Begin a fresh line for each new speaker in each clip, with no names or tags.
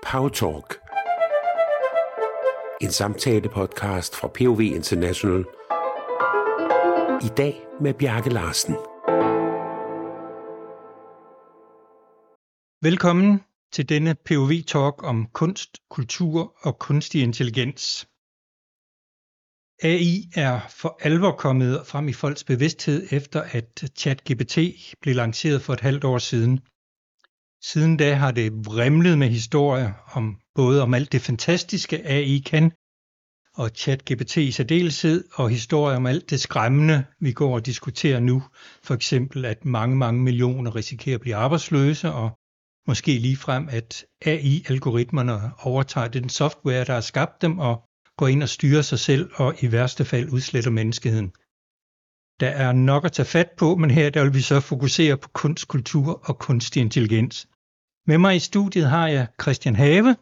Power Talk. En samtale-podcast fra POV International. I dag med Bjarke Larsen.
Velkommen til denne POV-talk om kunst, kultur og kunstig intelligens. AI er for alvor kommet frem i folks bevidsthed efter at ChatGPT blev lanceret for et halvt år siden. Siden da har det vrimlet med historier om både om alt det fantastiske AI kan, og ChatGPT i særdeleshed, og historier om alt det skræmmende, vi går og diskuterer nu. For eksempel, at mange millioner risikerer at blive arbejdsløse, og måske ligefrem, at AI-algoritmerne overtager den software, der har skabt dem, og går ind og styrer sig selv, og i værste fald udsletter menneskeheden. Der er nok at tage fat på, men her der vil vi så fokusere på kunst, kultur og kunstig intelligens. Med mig i studiet har jeg Christian Have,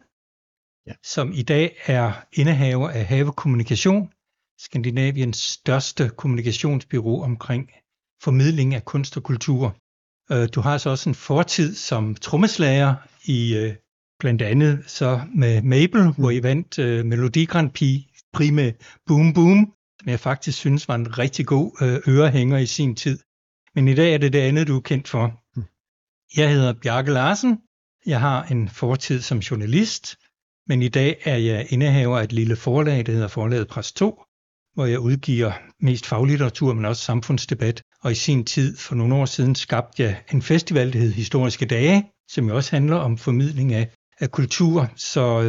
som i dag er indehaver af Have Kommunikation, Skandinaviens største kommunikationsbureau omkring formidling af kunst og kultur. Du har så også en fortid som trommeslager i blandt andet så med Mabel, hvor I vandt Melodi Grand Prix med Boom Boom, som jeg faktisk synes var en rigtig god ørehænger i sin tid. Men i dag er det andet, du er kendt for. Jeg hedder Bjarke Larsen. Jeg har en fortid som journalist, men i dag er jeg indehaver af et lille forlag, der hedder Forlaget Press 2, hvor jeg udgiver mest faglitteratur, men også samfundsdebat. Og i sin tid, for nogle år siden, skabte jeg en festival, der hed Historiske Dage, som jo også handler om formidling af kultur. Så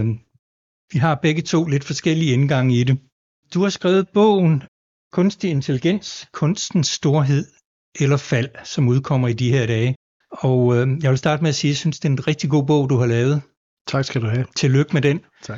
vi har begge to lidt forskellige indgange i det. Du har skrevet bogen Kunstig Intelligens, kunstens storhed eller fald, som udkommer i de her dage. Og jeg vil starte med at sige, at jeg synes, det er en rigtig god bog, du har lavet.
Tak skal du have.
Tillykke med den.
Tak.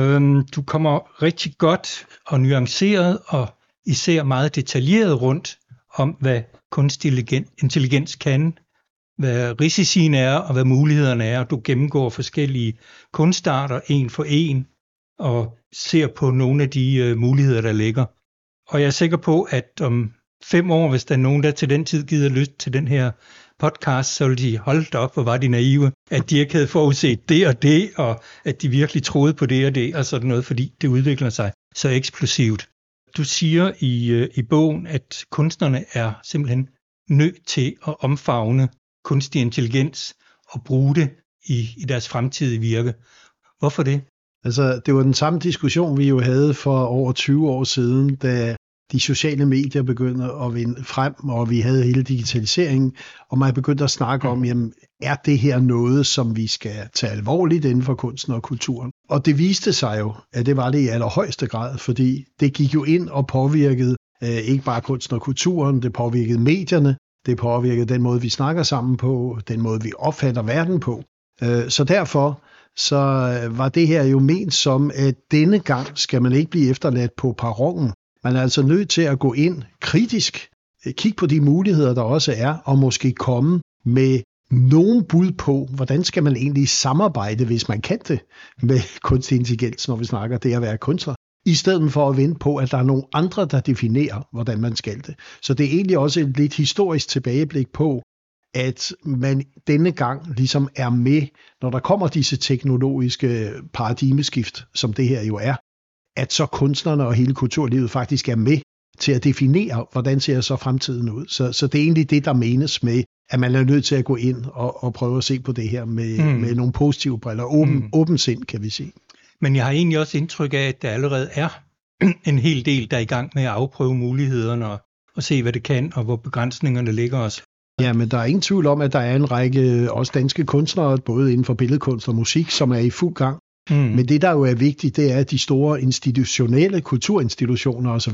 Du kommer rigtig godt og nuanceret og især meget detaljeret rundt om, hvad kunstig intelligens kan, hvad risiciene er og hvad mulighederne er. Du gennemgår forskellige kunstarter en for en og ser på nogle af de muligheder, der ligger. Og jeg er sikker på, at om 5 år, hvis der er nogen, der til den tid gider lytte til den her podcast, så vil de holde det op, hvor var de naive, at de ikke havde forudset det og det, og at de virkelig troede på det og det, og sådan noget, fordi det udvikler sig så eksplosivt. Du siger i bogen, at kunstnerne er simpelthen nødt til at omfavne kunstig intelligens og bruge det i deres fremtidige virke. Hvorfor det?
Altså, det var den samme diskussion, vi jo havde for over 20 år siden, da de sociale medier begyndte at vinde frem, og vi havde hele digitaliseringen, og man begyndte at snakke om, jamen, er det her noget, som vi skal tage alvorligt inden for kunsten og kulturen? Og det viste sig jo, at det var det i allerhøjeste grad, fordi det gik jo ind og påvirkede ikke bare kunsten og kulturen, det påvirkede medierne, det påvirkede den måde, vi snakker sammen på, den måde, vi opfatter verden på. Så derfor så var det her jo ment som, at denne gang skal man ikke blive efterladt på perronen. Man er altså nødt til at gå ind kritisk, kigge på de muligheder, der også er, og måske komme med nogen bud på, hvordan skal man egentlig samarbejde, hvis man kan det, med kunstig intelligens, når vi snakker det at være kunstner, i stedet for at vente på, at der er nogle andre, der definerer, hvordan man skal det. Så det er egentlig også et lidt historisk tilbageblik på, at man denne gang ligesom er med, når der kommer disse teknologiske paradigmeskift, som det her jo er, at så kunstnerne og hele kulturlivet faktisk er med til at definere, hvordan ser så fremtiden ud. Så det er egentlig det, der menes med, at man er nødt til at gå ind og prøve at se på det her med nogle positive briller. Åben sind, kan vi sige.
Men jeg har egentlig også indtryk af, at der allerede er en hel del, der er i gang med at afprøve mulighederne og se, hvad det kan, og hvor begrænsningerne ligger også.
Ja, men der er ingen tvivl om, at der er en række også danske kunstnere, både inden for billedkunst og musik, som er i fuld gang. Men det, der jo er vigtigt, det er, at de store institutionelle kulturinstitutioner osv.,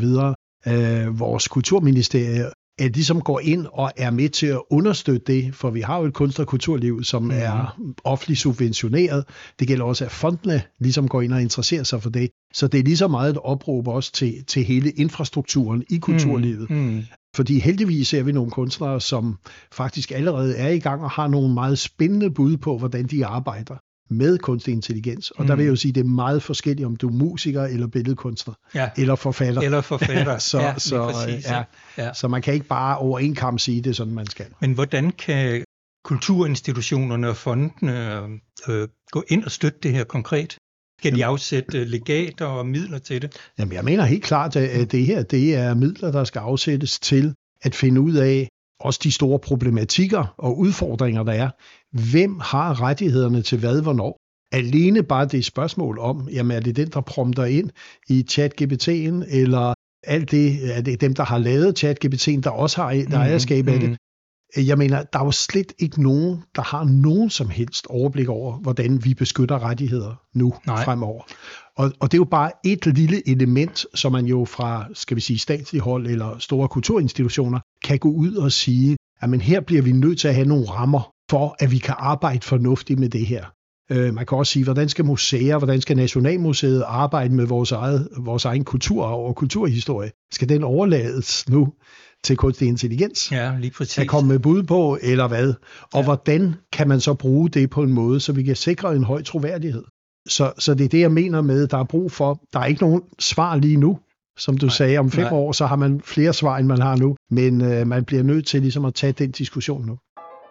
vores kulturministerier, at ligesom går ind og er med til at understøtte det, for vi har jo et kunst- og kulturliv, som er offentligt subventioneret. Det gælder også, at fondene ligesom går ind og interesserer sig for det. Så det er lige så meget et opråb også til hele infrastrukturen i kulturlivet. Fordi heldigvis ser vi nogle kunstnere, som faktisk allerede er i gang og har nogle meget spændende bud på, hvordan de arbejder med kunstig intelligens. Og der vil jeg jo sige, at det er meget forskelligt, om du er musiker eller billedkunstner, eller forfatter.
Eller forfatter,
så man kan ikke bare over en kam sige det, sådan man skal.
Men hvordan kan kulturinstitutionerne og fondene gå ind og støtte det her konkret? Skal de afsætte legater og midler til det?
Jamen, jeg mener helt klart, at det her det er midler, der skal afsættes til at finde ud af også de store problematikker og udfordringer, der er. Hvem har rettighederne til hvad, hvornår? Alene bare det spørgsmål om, jamen er det den, der prompter ind i ChatGPT'en, eller alt det, er det dem, der har lavet ChatGPT'en, der også har ejerskab af det? Jeg mener, der er jo slet ikke nogen, der har nogen som helst overblik over, hvordan vi beskytter rettigheder nu fremover. Og det er jo bare et lille element, som man jo fra, skal vi sige, statslig hold eller store kulturinstitutioner kan gå ud og sige, at her bliver vi nødt til at have nogle rammer for, at vi kan arbejde fornuftigt med det her. Man kan også sige, hvordan skal museer, hvordan skal Nationalmuseet arbejde med vores egen kulturarv og kulturhistorie? Skal den overlades nu til kunstig intelligens?
Ja, lige præcis.
At komme med bud på, eller hvad? Og hvordan kan man så bruge det på en måde, så vi kan sikre en høj troværdighed? Så det er det, jeg mener med, der er brug for. Der er ikke nogen svar lige nu. Som du sagde, om 5 år, så har man flere svar, end man har nu. Men man bliver nødt til ligesom at tage den diskussion nu.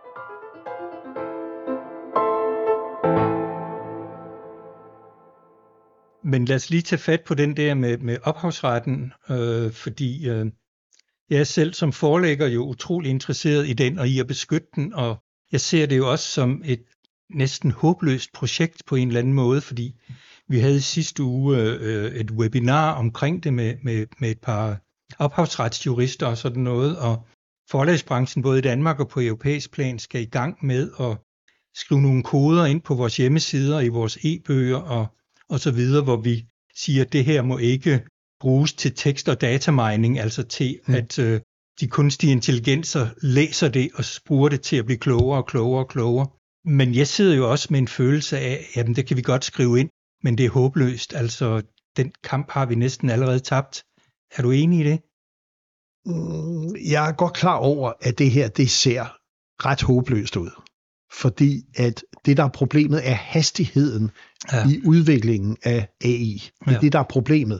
Men lad os lige tage fat på den der med ophavsretten, fordi jeg er selv som forlægger jo utrolig interesseret i den og i at beskytte den, og jeg ser det jo også som et næsten håbløst projekt på en eller anden måde, fordi vi havde sidste uge et webinar omkring det med et par ophavsretsjurister og sådan noget, og forlagsbranchen både i Danmark og på europæisk plan skal i gang med at skrive nogle koder ind på vores hjemmesider, i vores e-bøger og så videre, hvor vi siger, at det her må ikke bruges til tekst- og datamining, altså til at de kunstige intelligenser læser det og bruger det til at blive klogere og klogere og klogere. Men jeg sidder jo også med en følelse af, jamen det kan vi godt skrive ind, men det er håbløst. Altså den kamp har vi næsten allerede tabt. Er du enig i det?
Jeg er godt klar over, at det her, det ser ret håbløst ud. Fordi at det, der er problemet, er hastigheden i udviklingen af AI. Det er det, der er problemet.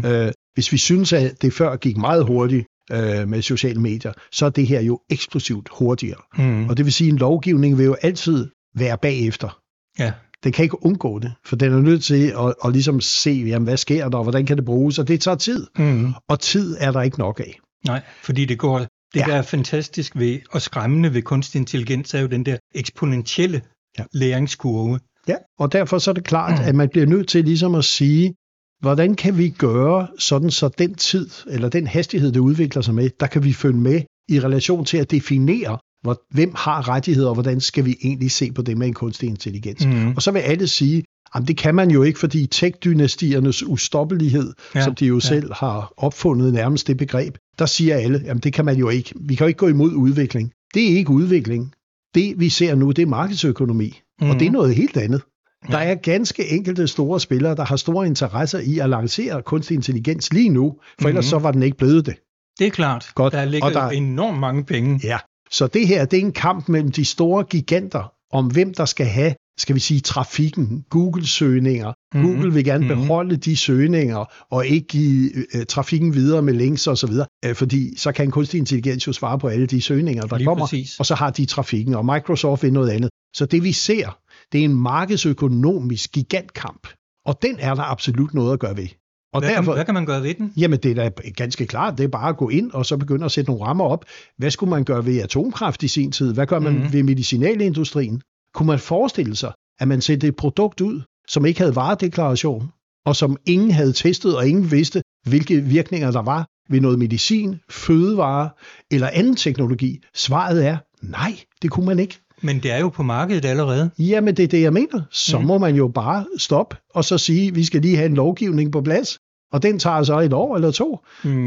Hvis vi synes, at det før gik meget hurtigt med sociale medier, så er det her jo eksplosivt hurtigere. Og det vil sige, at en lovgivning vil jo altid være bagefter. Ja. Den kan ikke undgå det, for den er nødt til at ligesom se, jamen, hvad sker der, og hvordan kan det bruges, og det tager tid. Og tid er der ikke nok af.
Nej, fordi det går... Det, der er fantastisk ved og skræmmende ved kunstig intelligens, er jo den der eksponentielle læringskurve. Ja,
og derfor så er det klart, at man bliver nødt til ligesom at sige, hvordan kan vi gøre sådan, så den tid, eller den hastighed, det udvikler sig med, der kan vi følge med i relation til at definere, hvem har rettigheder, og hvordan skal vi egentlig se på det med en kunstig intelligens. Og så vil alle sige, at det kan man jo ikke, fordi tech-dynastiernes ustoppelighed, som de jo selv har opfundet nærmest det begreb, der siger alle, at det kan man jo ikke. Vi kan jo ikke gå imod udvikling. Det er ikke udvikling. Det vi ser nu, det er markedsøkonomi, og det er noget helt andet. Der er ganske enkelte store spillere, der har store interesser i at lancere kunstig intelligens lige nu, for ellers så var den ikke blevet det.
Det er klart. Godt. Der ligger jo enormt mange penge.
Ja, så det her, det er en kamp mellem de store giganter, om hvem der skal have, skal vi sige, trafikken, Google-søgninger. Google vil gerne beholde de søgninger, og ikke give trafikken videre med links og så videre, fordi så kan kunstig intelligens jo svare på alle de søgninger, der kommer, og så har de trafikken, og Microsoft vil noget andet. Så det vi ser, det er en markedsøkonomisk gigantkamp, og den er der absolut noget at gøre ved. Og
hvad kan man gøre ved den?
Jamen det er da ganske klart, det er bare at gå ind og så begynde at sætte nogle rammer op. Hvad skulle man gøre ved atomkraft i sin tid? Hvad gør man ved medicinalindustrien? Kunne man forestille sig, at man sætter et produkt ud, som ikke havde varedeklaration, og som ingen havde testet, og ingen vidste, hvilke virkninger der var ved noget medicin, fødevare eller anden teknologi? Svaret er, nej, det kunne man ikke.
Men det er jo på markedet allerede.
Jamen det er det, jeg mener. Så må man jo bare stoppe, og så sige, at vi skal lige have en lovgivning på plads, og den tager så 1 år eller 2.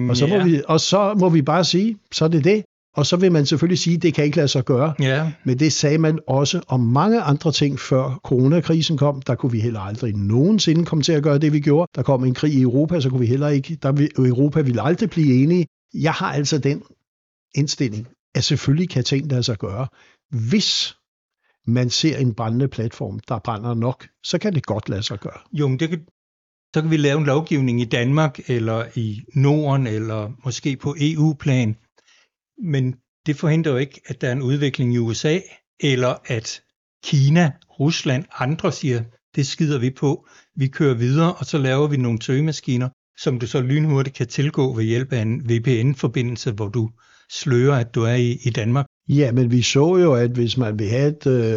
Og så må vi bare sige, så er det det. Og så vil man selvfølgelig sige, at det kan ikke lade sig gøre. Ja. Men det sagde man også om mange andre ting, før coronakrisen kom. Der kunne vi heller aldrig nogensinde komme til at gøre det, vi gjorde. Der kom en krig i Europa, så kunne vi heller ikke. Europa ville aldrig blive enige. Jeg har altså den indstilling, at selvfølgelig kan ting lade sig gøre. Hvis man ser en brændende platform, der brænder nok, så kan det godt lade sig gøre.
Jo, men så kan vi lave en lovgivning i Danmark, eller i Norden, eller måske på EU-plan. Men det forhindrer jo ikke, at der er en udvikling i USA, eller at Kina, Rusland, andre siger, det skider vi på, vi kører videre, og så laver vi nogle søgemaskiner, som du så lynhurtigt kan tilgå ved hjælp af en VPN-forbindelse, hvor du slører, at du er i Danmark.
Ja, men vi så jo, at hvis man vil have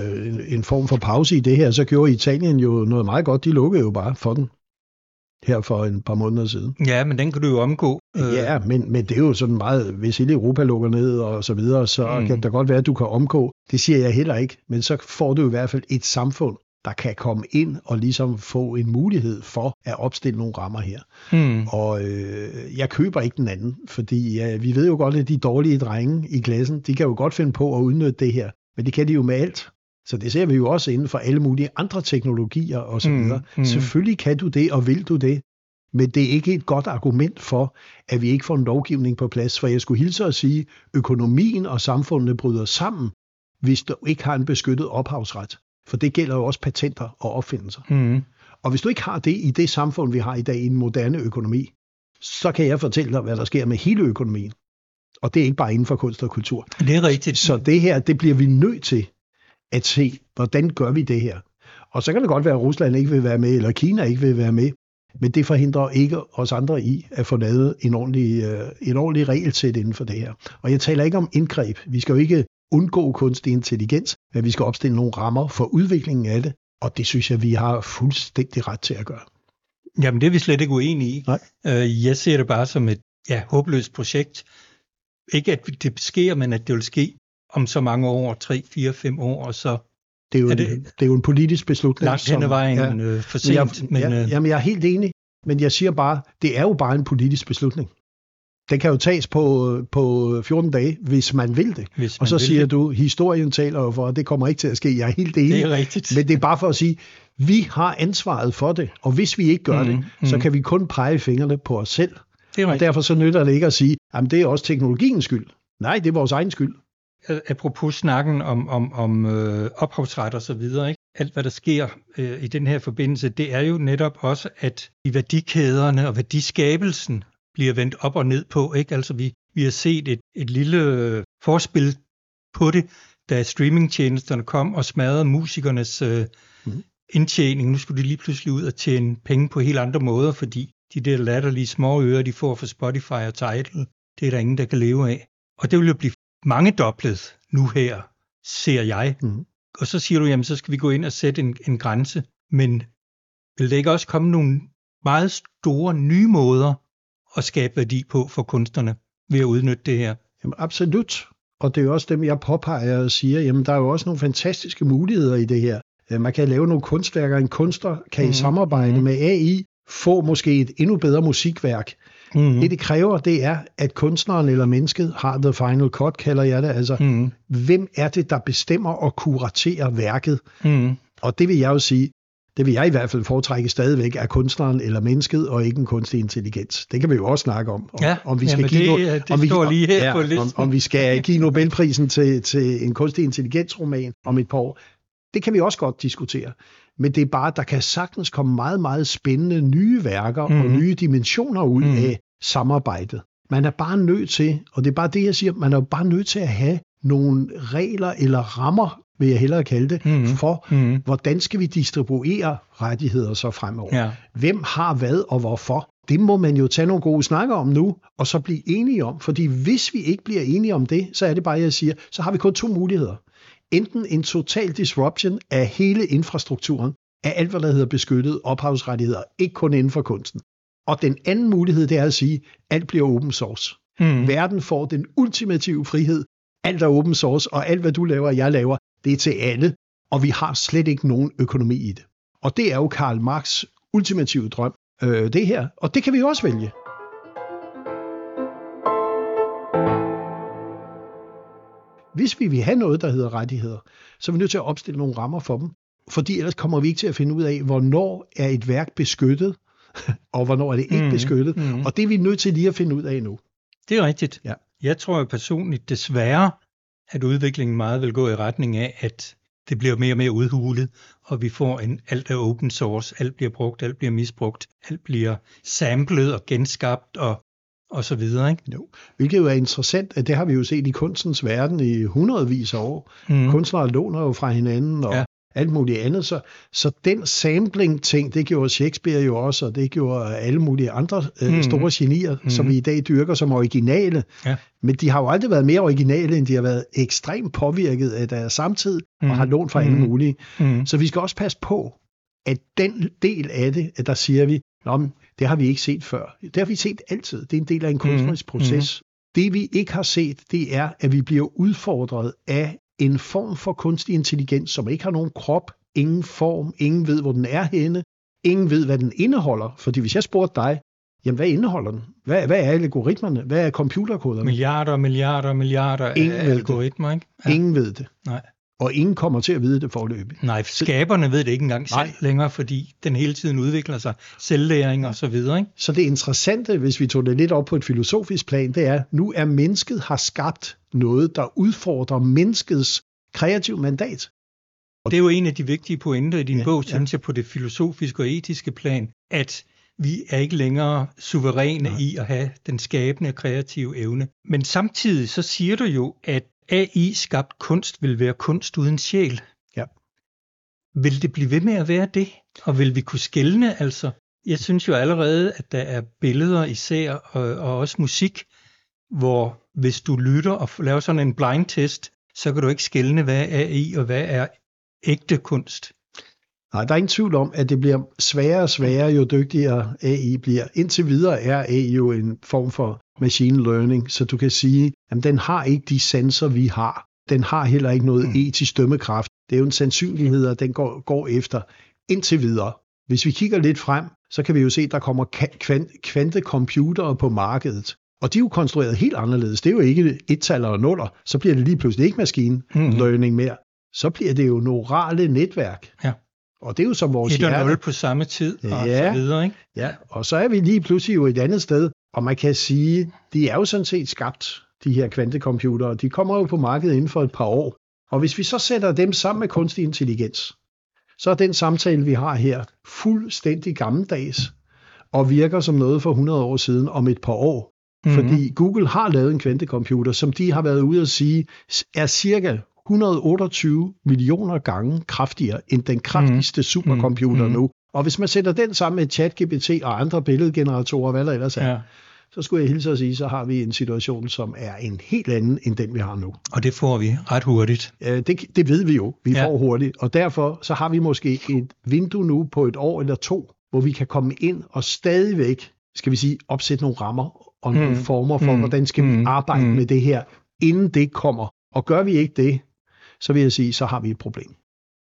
en form for pause i det her, så gjorde Italien jo noget meget godt. De lukkede jo bare for den her for et par måneder siden.
Ja, men den kan du jo omgå.
Ja, men det er jo sådan meget, hvis hele Europa lukker ned og så videre, så kan det godt være, at du kan omgå. Det siger jeg heller ikke, men så får du i hvert fald et samfund, der kan komme ind og ligesom få en mulighed for at opstille nogle rammer her. Og jeg køber ikke den anden, fordi vi ved jo godt, at de dårlige drenge i klassen, de kan jo godt finde på at udnytte det her, men det kan de jo med alt. Så det ser vi jo også inden for alle mulige andre teknologier og så videre. Selvfølgelig kan du det, og vil du det, men det er ikke et godt argument for, at vi ikke får en lovgivning på plads, for jeg skulle hilse at sige, økonomien og samfundet bryder sammen, hvis du ikke har en beskyttet ophavsret. For det gælder jo også patenter og opfindelser. Og hvis du ikke har det i det samfund, vi har i dag i en moderne økonomi, så kan jeg fortælle dig, hvad der sker med hele økonomien. Og det er ikke bare inden for kunst og kultur.
Det er rigtigt.
Så det her, det bliver vi nødt til at se, hvordan gør vi det her. Og så kan det godt være, at Rusland ikke vil være med, eller Kina ikke vil være med, men det forhindrer ikke os andre i at få lavet en ordentlig regelsæt inden for det her. Og jeg taler ikke om indgreb. Vi skal jo ikke undgå kunstig intelligens, men vi skal opstille nogle rammer for udviklingen af det, og det synes jeg, vi har fuldstændig ret til at gøre.
Jamen, det er vi slet ikke uenige i.
Nej.
Jeg ser det bare som et håbløst projekt. Ikke at det sker, men at det vil ske om så mange år, 3, 4, 5 år, og så
det er jo en politisk beslutning.
Langt hen ad vejen for sent.
Jamen, jeg er helt enig, men jeg siger bare, det er jo bare en politisk beslutning. Den kan jo tages på 14 dage, hvis man vil det. Og så siger du, historien taler jo for, at det kommer ikke til at ske. Jeg er helt enig.
Det er rigtigt.
Men det er bare for at sige, vi har ansvaret for det, og hvis vi ikke gør det, så kan vi kun pege fingrene på os selv. Og derfor så nytter det ikke at sige, at det er også teknologiens skyld. Nej, det er vores egen skyld.
Apropos snakken om ophavsret og så videre, ikke? Alt hvad der sker i den her forbindelse, det er jo netop også, at i værdikæderne og værdiskabelsen bliver vendt op og ned på, ikke? Altså vi har set et lille forspil på det, da streamingtjenesterne kom og smadrede musikernes indtjening. Nu skulle de lige pludselig ud og tjene penge på helt andre måder, fordi de der latterlige små ører, de får fra Spotify og Tidal, det er der ingen, der kan leve af. Og det vil jo blive mangedoblet nu her, ser jeg. Og så siger du, jamen så skal vi gå ind og sætte en grænse. Men vil der ikke også komme nogle meget store nye måder at skabe værdi på for kunstnerne ved at udnytte det her?
Jamen absolut. Og det er jo også dem, jeg påpeger og siger, jamen der er jo også nogle fantastiske muligheder i det her. Man kan lave nogle kunstværker. En kunstner kan i samarbejde med AI få måske et endnu bedre musikværk. Det kræver, det er, at kunstneren eller mennesket har the final cut, kalder jeg det. Altså, hvem er det, der bestemmer og kuraterer værket? Og det vil jeg jo sige, det vil jeg i hvert fald foretrække stadigvæk, er kunstneren eller mennesket, og ikke en kunstig intelligens. Det kan vi jo også snakke om. Om vi skal om vi skal give Nobelprisen til en kunstig intelligensroman om et par år. Det kan vi også godt diskutere. Men det er bare, der kan sagtens komme meget, meget spændende nye værker og nye dimensioner ud af samarbejdet. Man er bare nødt til, og det er bare det, jeg siger, man er bare nødt til at have nogle regler eller rammer, vil jeg hellere kalde det, for hvordan skal vi distribuere rettigheder så fremover. Ja. Hvem har hvad og hvorfor? Det må man jo tage nogle gode snakker om nu, og så blive enige om. Fordi hvis vi ikke bliver enige om det, så er det bare, jeg siger, så har vi kun 2 muligheder. Enten en total disruption af hele infrastrukturen, af alt, hvad der hedder beskyttet ophavsrettigheder, ikke kun inden for kunsten. Og den anden mulighed, det er at sige, alt bliver open source. Verden får den ultimative frihed. Alt er open source, og alt, hvad du laver og jeg laver, det er til alle, og vi har slet ikke nogen økonomi i det. Og det er jo Karl Marx' ultimative drøm, det her. Og det kan vi jo også vælge. Hvis vi vil have noget, der hedder rettigheder, så er vi nødt til at opstille nogle rammer for dem. Fordi ellers kommer vi ikke til at finde ud af, hvornår er et værk beskyttet, og hvornår er det ikke beskyttet. Og det er vi nødt til lige at finde ud af nu.
Det er rigtigt. Ja. Jeg tror jo personligt desværre, at udviklingen meget vil gå i retning af, at det bliver mere og mere udhulet, og vi får alt er open source, alt bliver brugt, alt bliver misbrugt, alt bliver samlet og genskabt, og så videre, ikke?
Jo. Hvilket jo er interessant, at det har vi jo set i kunstens verden i hundredvis af år. Kunstnere låner jo fra hinanden og alt muligt andet. Så den sampling-ting, det gjorde Shakespeare jo også, og det gjorde alle mulige andre store genier, som vi i dag dyrker som originale. Ja. Men de har jo aldrig været mere originale, end de har været ekstremt påvirket af deres samtid og har lånt fra alle mulige. Så vi skal også passe på, at den del af det, at der siger vi, det har vi ikke set før. Det har vi set altid. Det er en del af en kunstnerisk proces. Det vi ikke har set, det er, at vi bliver udfordret af en form for kunstig intelligens, som ikke har nogen krop, ingen form, ingen ved, hvor den er henne, ingen ved, hvad den indeholder. Fordi hvis jeg spurgte dig, jamen hvad indeholder den? Hvad er algoritmerne? Hvad er computerkoderne?
Milliarder af algoritmer, ikke?
Ja. Ingen ved det.
Nej.
Og ingen kommer til at vide det foreløbig.
Nej, skaberne ved det ikke engang selv længere, fordi den hele tiden udvikler sig, selvlæring og så videre, ikke?
Så det interessante, hvis vi tog det lidt op på et filosofisk plan, det er, nu er mennesket har skabt noget, der udfordrer menneskets kreative mandat.
Og det er jo en af de vigtige pointer i din bog, synes jeg, på det filosofiske og etiske plan, at vi er ikke længere suveræne i at have den skabende kreative evne. Men samtidig så siger du jo, at AI-skabt kunst vil være kunst uden sjæl.
Ja.
Vil det blive ved med at være det? Og vil vi kunne skelne? Altså, jeg synes jo allerede, at der er billeder især, og også musik, hvor hvis du lytter og laver sådan en blind test, så kan du ikke skelne, hvad er AI og hvad er ægte kunst.
Nej, der er ingen tvivl om, at det bliver sværere og sværere, jo dygtigere AI bliver. Indtil videre er AI jo en form for machine learning, så du kan sige, at den har ikke de sanser, vi har. Den har heller ikke noget etisk dømmekraft. Det er jo en sandsynlighed, at den går efter indtil videre. Hvis vi kigger lidt frem, så kan vi jo se, at der kommer kvantecomputere på markedet. Og de er jo konstrueret helt anderledes. Det er jo ikke et-taller og nuller. Så bliver det lige pludselig ikke machine learning mere. Så bliver det jo neurale netværk.
Ja.
Og det er jo som vores
1 og 0 på samme tid, og så videre, ikke?
Ja, og så er vi lige pludselig jo et andet sted, og man kan sige, de er jo sådan set skabt, de her kvantecomputere, de kommer jo på markedet inden for et par år. Og hvis vi så sætter dem sammen med kunstig intelligens, så er den samtale, vi har her, fuldstændig gammeldags, og virker som noget for 100 år siden om et par år. Fordi Google har lavet en kvantecomputer, som de har været ude at sige, er cirka 128 millioner gange kraftigere end den kraftigste supercomputer nu. Og hvis man sætter den sammen med ChatGPT og andre billedgeneratorer, hvad der ellers er, så skulle jeg hilse at sige, så har vi en situation, som er en helt anden end den, vi har nu.
Og det får vi ret hurtigt.
Det ved vi jo, vi får hurtigt. Og derfor så har vi måske et vindue nu på 1 år eller 2, hvor vi kan komme ind og stadigvæk, skal vi sige, opsætte nogle rammer og nogle former for, hvordan skal vi arbejde med det her, inden det kommer. Og gør vi ikke det, så vil jeg sige, så har vi et problem.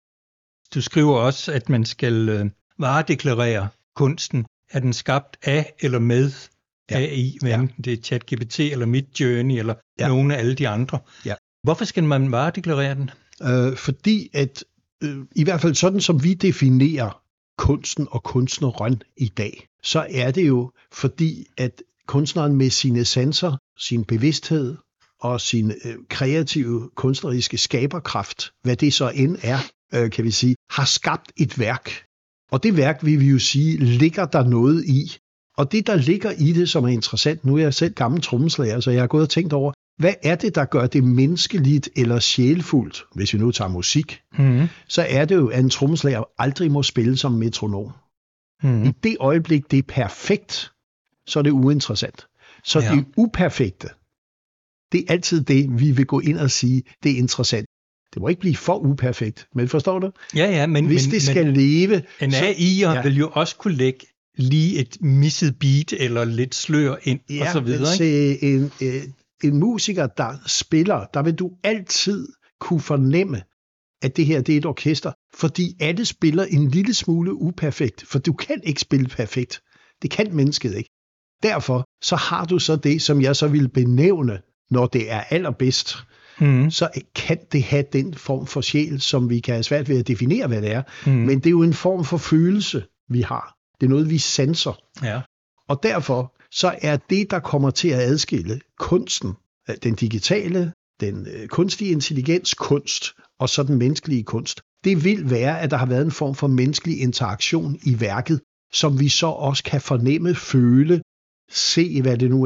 Du skriver også, at man skal varedeklarere kunsten. Er den skabt af eller med AI, enten det er ChatGPT eller Midjourney eller nogle af alle de andre. Ja. Hvorfor skal man varedeklarere den?
Fordi at i hvert fald sådan, som vi definerer kunsten og kunstneren i dag, så er det jo fordi, at kunstneren med sine sanser, sin bevidsthed og sin kreative, kunstneriske skaberkraft, hvad det så end er, kan vi sige, har skabt et værk. Og det værk, vil vi jo sige, ligger der noget i. Og det, der ligger i det, som er interessant, nu er jeg selv gammel trommeslager, så jeg har gået og tænkt over, hvad er det, der gør det menneskeligt eller sjælfuldt, hvis vi nu tager musik, så er det jo, at en trommeslager aldrig må spille som metronom. I det øjeblik, det er perfekt, så er det uinteressant. Så det uperfekte, det er altid det, vi vil gå ind og sige, det er interessant. Det må ikke blive for uperfekt, men forstår du?
Ja, men
hvis det skal leve...
En AI'er vil jo også kunne lægge lige et misset beat eller lidt slør ind og så videre.
Ikke? En musiker, der spiller, der vil du altid kunne fornemme, at det her det er et orkester, fordi alle spiller en lille smule uperfekt, for du kan ikke spille perfekt. Det kan mennesket ikke. Derfor så har du så det, som jeg så vil benævne, når det er allerbedst, så kan det have den form for sjæl, som vi kan have svært ved at definere, hvad det er. Men det er jo en form for følelse, vi har. Det er noget, vi sanser. Ja. Og derfor så er det, der kommer til at adskille kunsten, den digitale, den kunstige intelligens kunst, og så den menneskelige kunst. Det vil være, at der har været en form for menneskelig interaktion i værket, som vi så også kan fornemme, føle, se, hvad det nu er.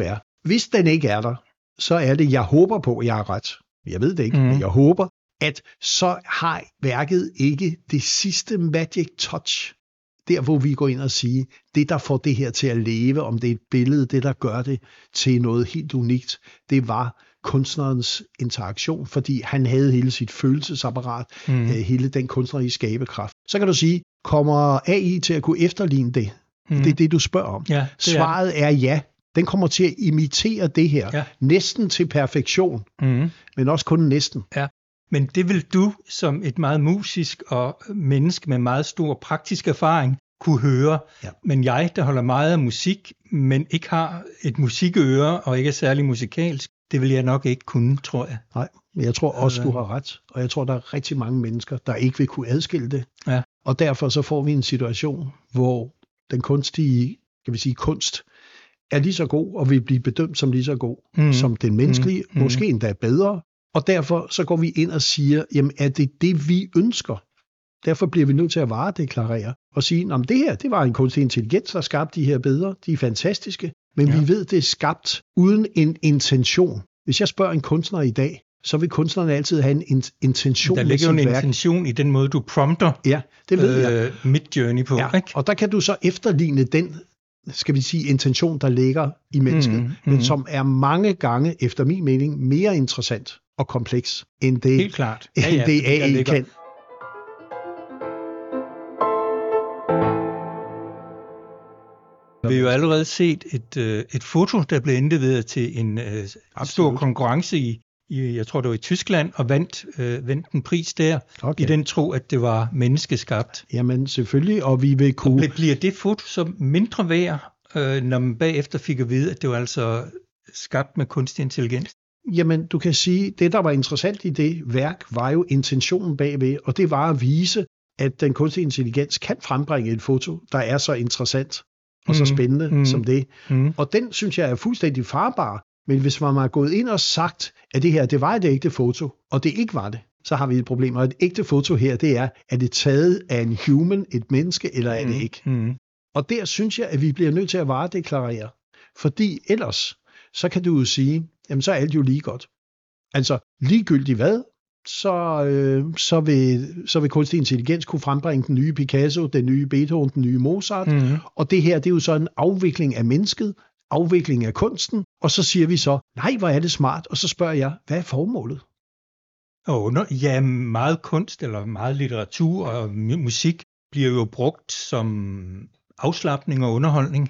Hvis den ikke er der, så er det, jeg håber på, at jeg har ret. Jeg ved det ikke, men jeg håber, at så har værket ikke det sidste magic touch. Der, hvor vi går ind og siger, det der får det her til at leve, om det er et billede, det der gør det til noget helt unikt, det var kunstnerens interaktion, fordi han havde hele sit følelsesapparat, hele den kunstneriske skaberkraft. Så kan du sige, kommer AI til at kunne efterligne det? Det er det, du spørger om.
Ja,
Svaret er ja. Den kommer til at imitere det her, næsten til perfektion, men også kun næsten.
Ja. Men det vil du som et meget musisk og menneske med meget stor praktisk erfaring kunne høre. Ja. Men jeg, der holder meget af musik, men ikke har et musikøre og ikke er særlig musikalsk, det vil jeg nok ikke kunne, tror jeg. Nej,
men jeg tror også, du har ret. Og jeg tror, der er rigtig mange mennesker, der ikke vil kunne adskille det.
Ja.
Og derfor så får vi en situation, hvor den kunstige, kan vi sige, kunst er lige så god, og vil blive bedømt som lige så god som den menneskelige, måske endda bedre. Og derfor så går vi ind og siger, jamen er det det, vi ønsker? Derfor bliver vi nødt til at varedeklarere og sige, om det her, det var en kunstig intelligens, der skabte de her billeder. De er fantastiske, men vi ved, det er skabt uden en intention. Hvis jeg spørger en kunstner i dag, så vil kunstneren altid have en intention.
Der ligger jo en intention i den måde, du prompter
det ved jeg.
Midjourney på. Ikke?
Og der kan du så efterligne den, skal vi sige, intention, der ligger i mennesket, men som er mange gange, efter min mening, mere interessant og kompleks, end det,
helt klart.
End det AI kan.
Vi har jo allerede set et foto, der blev indleveret til en stor konkurrence i, jeg tror det var i Tyskland, og vandt en pris der, i den tro, at det var menneskeskabt.
Jamen selvfølgelig, og vi vil kunne...
Og bliver det foto så mindre værd, når man bagefter fik at vide, at det var altså skabt med kunstig intelligens?
Jamen, du kan sige, det der var interessant i det værk, var jo intentionen bagved, og det var at vise, at den kunstige intelligens kan frembringe et foto, der er så interessant og så spændende som det. Og den, synes jeg, er fuldstændig farbar. Men hvis man har gået ind og sagt, at det her, det var et ægte foto, og det ikke var det, så har vi et problem. Og et ægte foto her, det er det taget af en human, et menneske, eller er det ikke? Og der synes jeg, at vi bliver nødt til at varedeklarere. Fordi ellers, så kan du jo sige, jamen så er alt jo lige godt. Altså ligegyldigt hvad, så vil kunstig intelligens kunne frembringe den nye Picasso, den nye Beethoven, den nye Mozart. Og det her, det er jo så en afvikling af mennesket, afvikling af kunsten, og så siger vi så, nej, hvor er det smart, og så spørger jeg, hvad er formålet?
Ja, meget kunst eller meget litteratur og musik bliver jo brugt som afslapning og underholdning,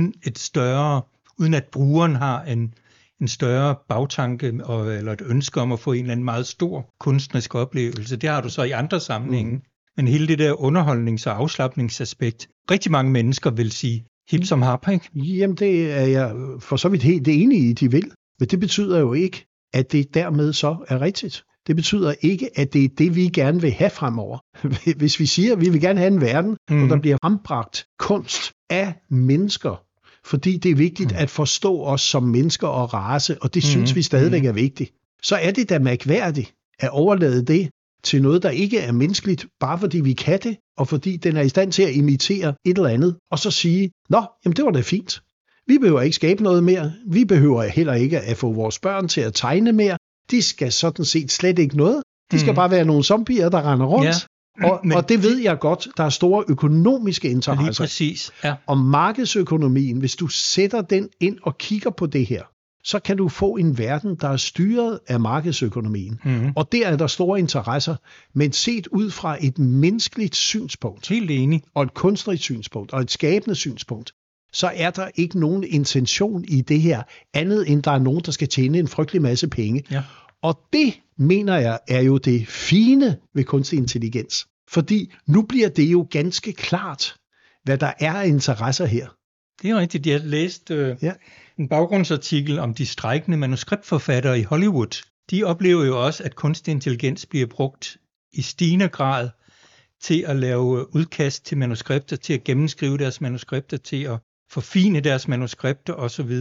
uden at brugeren har en større bagtanke eller et ønske om at få en eller anden meget stor kunstnerisk oplevelse. Det har du så i andre sammenhænge. Men hele det der underholdnings- og afslapningsaspekt, rigtig mange mennesker vil sige, hip som hap, ikke?
Jamen, det er jeg for så vidt helt enige i, de vil. Men det betyder jo ikke, at det dermed så er rigtigt. Det betyder ikke, at det er det, vi gerne vil have fremover. Hvis vi siger, at vi vil gerne have en verden, hvor der bliver frembragt kunst af mennesker, fordi det er vigtigt at forstå os som mennesker og race, og det synes vi stadigvæk er vigtigt, så er det da mærkværdigt at overlade det til noget, der ikke er menneskeligt, bare fordi vi kan det, og fordi den er i stand til at imitere et eller andet, og så sige, nå, jamen det var da fint. Vi behøver ikke skabe noget mere. Vi behøver heller ikke at få vores børn til at tegne mere. De skal sådan set slet ikke noget. De skal bare være nogle zombier, der render rundt. Ja. Og det ved jeg godt, der er store økonomiske interesser.
Lige præcis, ja.
Og markedsøkonomien, hvis du sætter den ind og kigger på det her, så kan du få en verden, der er styret af markedsøkonomien. Og der er der store interesser, men set ud fra et menneskeligt synspunkt,
helt enig,
og et kunstnerisk synspunkt, og et skabende synspunkt, så er der ikke nogen intention i det her, andet end der er nogen, der skal tjene en frygtelig masse penge. Ja. Og det, mener jeg, er jo det fine ved kunstig intelligens. Fordi nu bliver det jo ganske klart, hvad der er af interesser her.
Det er rigtigt. Jeg læste en baggrundsartikel om de strejkende manuskriptforfattere i Hollywood. De oplever jo også, at kunstig intelligens bliver brugt i stigende grad til at lave udkast til manuskripter, til at gennemskrive deres manuskripter, til at forfine deres manuskripter osv.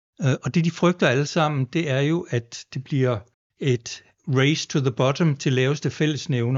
Og det de frygter alle sammen, det er jo, at det bliver et race to the bottom til laveste fællesnævner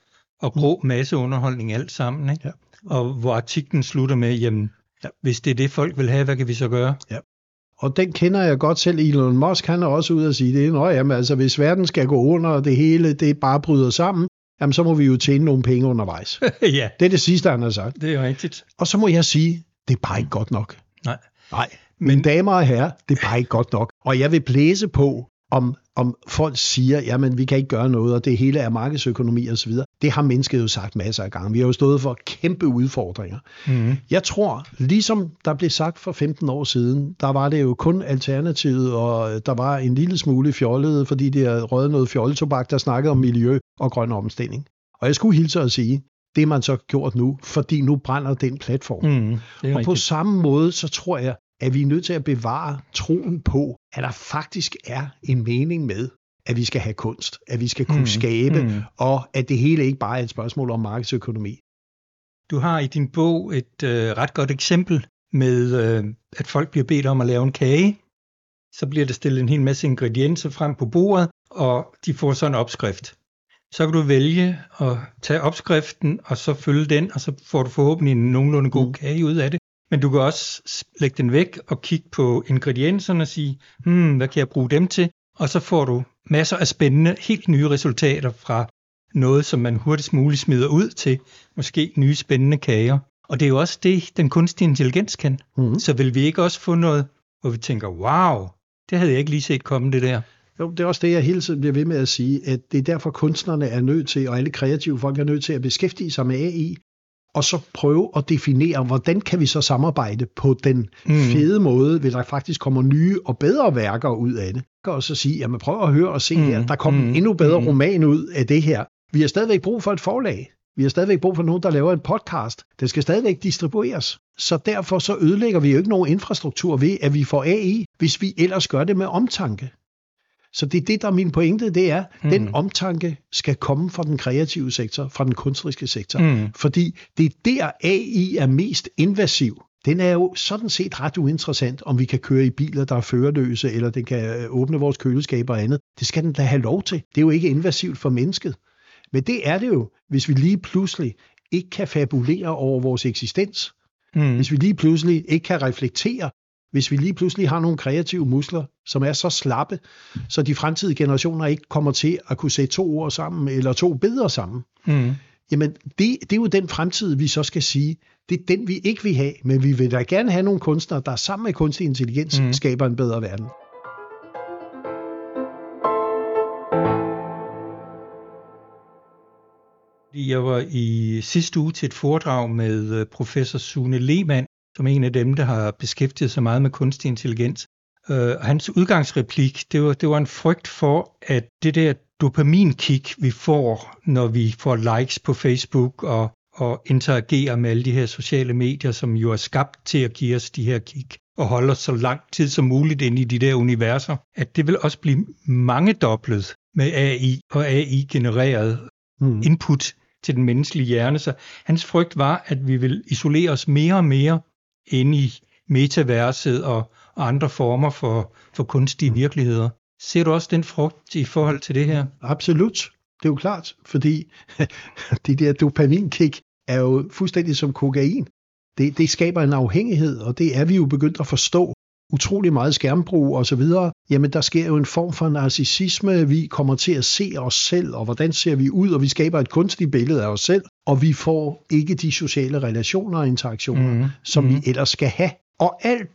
og grå masseunderholdning alt sammen. Ikke? Ja. Og hvor artiklen slutter med, jamen, hvis det er det folk vil have, hvad kan vi så gøre?
Ja. Og den kender jeg godt selv. Elon Musk, han er også ude at sige det. Jamen, altså, hvis verden skal gå under, og det hele det bare bryder sammen, jamen, så må vi jo tjene nogle penge undervejs.
Ja.
Det er det sidste, han har sagt.
Det er rigtigt.
Og så må jeg sige, det er bare ikke godt nok.
Nej.
Mine damer og herrer, det er bare ikke godt nok. Og jeg vil blæse på, om folk siger, jamen vi kan ikke gøre noget, og det hele er markedsøkonomi osv. Det har mennesket jo sagt masser af gange. Vi har jo stået for kæmpe udfordringer. Mm-hmm. Jeg tror, ligesom der blev sagt for 15 år siden, der var det jo kun alternativet, og der var en lille smule fjollede, fordi det er røget noget fjolletobak, der snakkede om miljø og grøn omstilling. Og jeg skulle hilse at sige, det er man så gjort nu, fordi nu brænder den platform. Og rigtigt. På samme måde, så tror jeg, at vi er nødt til at bevare troen på, at der faktisk er en mening med, at vi skal have kunst, at vi skal kunne skabe, og at det hele ikke bare er et spørgsmål om markedsøkonomi.
Du har i din bog et ret godt eksempel med, at folk bliver bedt om at lave en kage. Så bliver der stillet en hel masse ingredienser frem på bordet, og de får så en opskrift. Så kan du vælge at tage opskriften, og så følge den, og så får du forhåbentlig en nogenlunde god kage ud af det. Men du kan også lægge den væk og kigge på ingredienserne og sige, hvad kan jeg bruge dem til? Og så får du masser af spændende, helt nye resultater fra noget, som man hurtigst muligt smider ud til måske nye spændende kager. Og det er jo også det, den kunstige intelligens kan. Så vil vi ikke også få noget, hvor vi tænker, wow, det havde jeg ikke lige set komme det der.
Jo, det er også det, jeg hele tiden bliver ved med at sige, at det er derfor kunstnerne er nødt til, og alle kreative folk er nødt til at beskæftige sig med AI, og så prøve at definere, hvordan kan vi så samarbejde på den fede måde, hvis der faktisk kommer nye og bedre værker ud af det. Og så sige, jamen prøv at høre og se her, der kommer en endnu bedre roman ud af det her. Vi har stadigvæk brug for et forlag. Vi har stadigvæk brug for nogen, der laver en podcast. Den skal stadigvæk distribueres. Så derfor så ødelægger vi jo ikke nogen infrastruktur ved, at vi får AI, hvis vi ellers gør det med omtanke. Så det er det, der er min pointe, det er, den omtanke skal komme fra den kreative sektor, fra den kunstneriske sektor. Fordi det er der, AI er mest invasiv. Den er jo sådan set ret uinteressant, om vi kan køre i biler, der er førerløse, eller den kan åbne vores køleskaber og andet. Det skal den da have lov til. Det er jo ikke invasivt for mennesket. Men det er det jo, hvis vi lige pludselig ikke kan fabulere over vores eksistens. Hvis vi lige pludselig ikke kan reflektere. Hvis vi lige pludselig har nogle kreative muskler, som er så slappe, så de fremtidige generationer ikke kommer til at kunne sætte 2 ord sammen, eller 2 billeder sammen. Jamen, det er jo den fremtid, vi så skal sige, det er den, vi ikke vil have, men vi vil da gerne have nogle kunstnere, der sammen med kunstig intelligens skaber en bedre verden.
Jeg var i sidste uge til et foredrag med professor Sune Lehmann, som er en af dem, der har beskæftiget sig meget med kunstig intelligens. Hans udgangsreplik, det var en frygt for, at det der dopaminkick, vi får, når vi får likes på Facebook og interagerer med alle de her sociale medier, som jo er skabt til at give os de her kick, og holde os så lang tid som muligt inde i de der universer, at det vil også blive mangedoblet med AI og AI-genereret input til den menneskelige hjerne. Så hans frygt var, at vi vil isolere os mere og mere inde i metaverset og andre former for kunstige virkeligheder. Ser du også den frygt i forhold til det her?
Absolut. Det er jo klart, fordi de der dopaminkick er jo fuldstændig som kokain. Det skaber en afhængighed, og det er vi jo begyndt at forstå. Utrolig meget skærmbrug og så videre. Jamen, der sker jo en form for narcissisme. Vi kommer til at se os selv, og hvordan ser vi ud, og vi skaber et kunstigt billede af os selv, og vi får ikke de sociale relationer og interaktioner, som vi ellers skal have. Og alt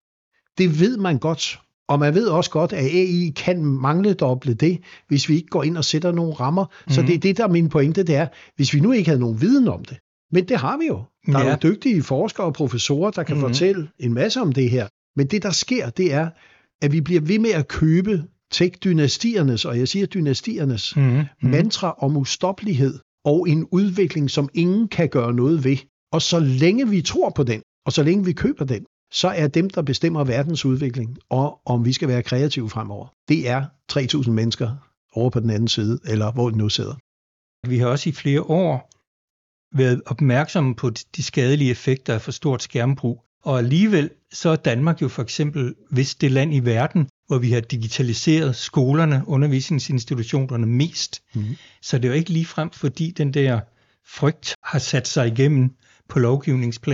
det ved man godt. Og man ved også godt, at AI kan mangledoble det, hvis vi ikke går ind og sætter nogle rammer. Så det er det, der er min pointe, det er, hvis vi nu ikke havde nogen viden om det. Men det har vi jo. Der er jo dygtige forskere og professorer, der kan fortælle en masse om det her. Men det, der sker, det er, at vi bliver ved med at købe tech-dynastiernes, og jeg siger dynastiernes, mantra om ustoppelighed og en udvikling, som ingen kan gøre noget ved. Og så længe vi tror på den, og så længe vi køber den, så er dem, der bestemmer verdens udvikling, og om vi skal være kreative fremover, det er 3.000 mennesker over på den anden side, eller hvor det nu sidder.
Vi har også i flere år været opmærksomme på de skadelige effekter af for stort skærmbrug, og alligevel så er Danmark jo for eksempel vist det land i verden, hvor vi har digitaliseret skolerne, undervisningsinstitutionerne mest. Så det er jo ikke ligefrem, fordi den der frygt har sat sig igennem på lovgivningsplan.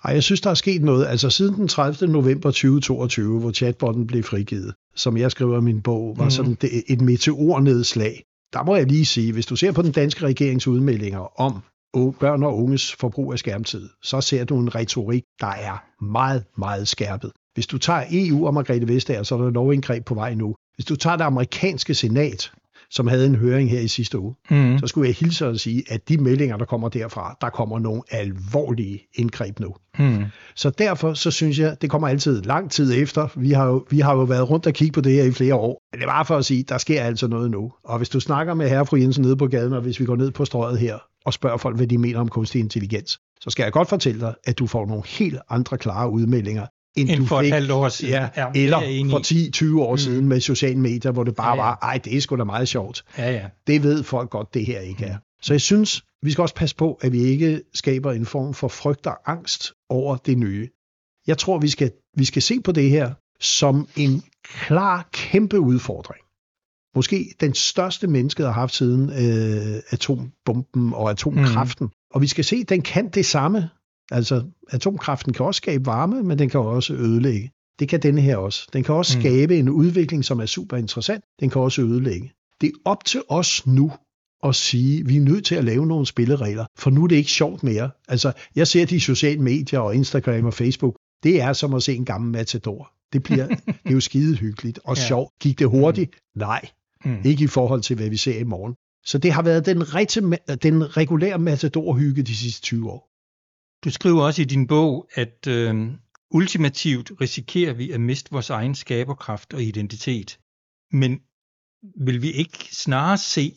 Ej, jeg synes, der er sket noget. Altså siden den 30. november 2022, hvor chatbotten blev frigivet, som jeg skriver i min bog, var sådan et meteornedslag. Der må jeg lige sige, hvis du ser på den danske regerings udmeldinger om børn og unges forbrug af skærmtid, så ser du en retorik, der er meget, meget skærpet. Hvis du tager EU og Margrethe Vestager, så er der lovindgreb på vej nu. Hvis du tager det amerikanske senat, som havde en høring her i sidste uge, så skulle jeg hilse og sige, at de meldinger, der kommer derfra, der kommer nogle alvorlige indgreb nu. Så derfor så synes jeg, det kommer altid lang tid efter. Vi har jo været rundt og kigge på det her i flere år. Men det er bare for at sige, der sker altså noget nu. Og hvis du snakker med herre og fru Jensen nede på gaden, og hvis vi går ned på strøget her og spørger folk, hvad de mener om kunstig intelligens, så skal jeg godt fortælle dig, at du får nogle helt andre klare udmeldinger, end du
for
fik,
et halvt år siden.
Ja, eller for 10-20 år siden med sociale medier, hvor det bare var, ej, det er sgu da meget sjovt.
Ja.
Det ved folk godt, det her ikke er. Så jeg synes, vi skal også passe på, at vi ikke skaber en form for frygt og angst over det nye. Jeg tror, vi skal se på det her som en klar, kæmpe udfordring. Måske den største mennesket har haft siden atombomben og atomkraften. Og vi skal se, at den kan det samme. Altså, atomkraften kan også skabe varme, men den kan også ødelægge. Det kan denne her også. Den kan også skabe en udvikling, som er super interessant. Den kan også ødelægge. Det er op til os nu at sige, at vi er nødt til at lave nogle spilleregler, for nu er det ikke sjovt mere. Altså, jeg ser de sociale medier og Instagram og Facebook, det er som at se en gammel matador. Det er jo skide hyggeligt og sjovt. Gik det hurtigt? Nej. Ikke i forhold til, hvad vi ser i morgen. Så det har været den regulære matadorhygge de sidste 20 år.
Du skriver også i din bog, at ultimativt risikerer vi at miste vores egen skaberkraft og identitet. Men vil vi ikke snarere se,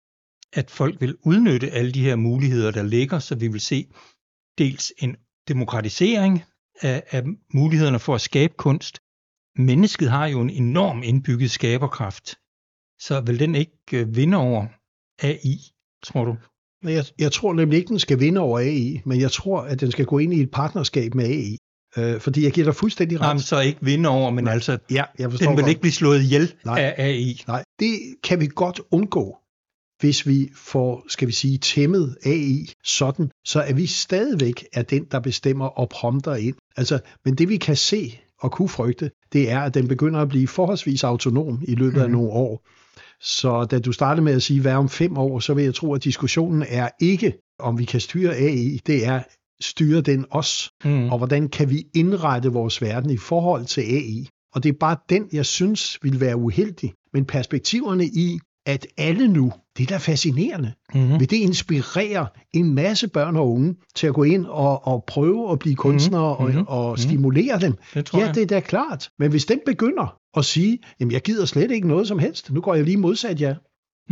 at folk vil udnytte alle de her muligheder, der ligger, så vi vil se dels en demokratisering af mulighederne for at skabe kunst. Mennesket har jo en enorm indbygget skaberkraft, så vil den ikke vinde over AI, tror du?
Jeg tror nemlig ikke, den skal vinde over AI, men jeg tror, at den skal gå ind i et partnerskab med AI. Fordi jeg giver dig fuldstændig ret.
Jamen, så ikke vinde over, men altså,
jeg
den vil
godt.
ikke blive slået ihjel af AI.
Nej, det kan vi godt undgå, hvis vi får, skal vi sige, tæmmet AI sådan, så at vi stadigvæk er den, der bestemmer og prompter ind. Altså, men det vi kan se og kunne frygte, det er, at den begynder at blive forholdsvis autonom i løbet af nogle år. Så da du startede med at sige, hvad om 5 år, så vil jeg tro, at diskussionen er ikke, om vi kan styre AI, det er, styre den os, og hvordan kan vi indrette vores verden i forhold til AI. Og det er bare den, jeg synes, vil være uheldig. Men perspektiverne i, at alle nu, det er da fascinerende. Vil det inspirere en masse børn og unge til at gå ind og prøve at blive kunstnere og stimulere dem? Det er da klart. Men hvis den begynder at sige, jamen jeg gider slet ikke noget som helst, nu går jeg lige modsat jer,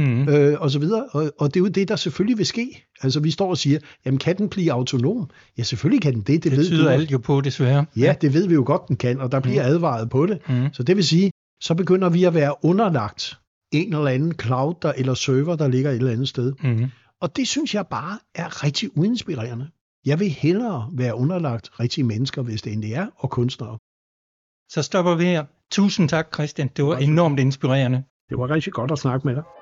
og så videre. Og det er jo det, der selvfølgelig vil ske. Altså vi står og siger, jamen kan den blive autonom? Ja, selvfølgelig kan den det. Det
tyder alt jo på, desværre.
Ja, det ved vi jo godt, den kan, og der bliver advaret på det. Så det vil sige, så begynder vi at være underlagt en eller anden cloud eller server, der ligger et eller andet sted. Og det synes jeg bare er rigtig uinspirerende. Jeg vil hellere være underlagt rigtige mennesker, hvis det endelig er, og kunstnere.
Så stopper vi her. Tusind tak, Christian. Det var enormt inspirerende.
Det var rigtig godt at snakke med dig.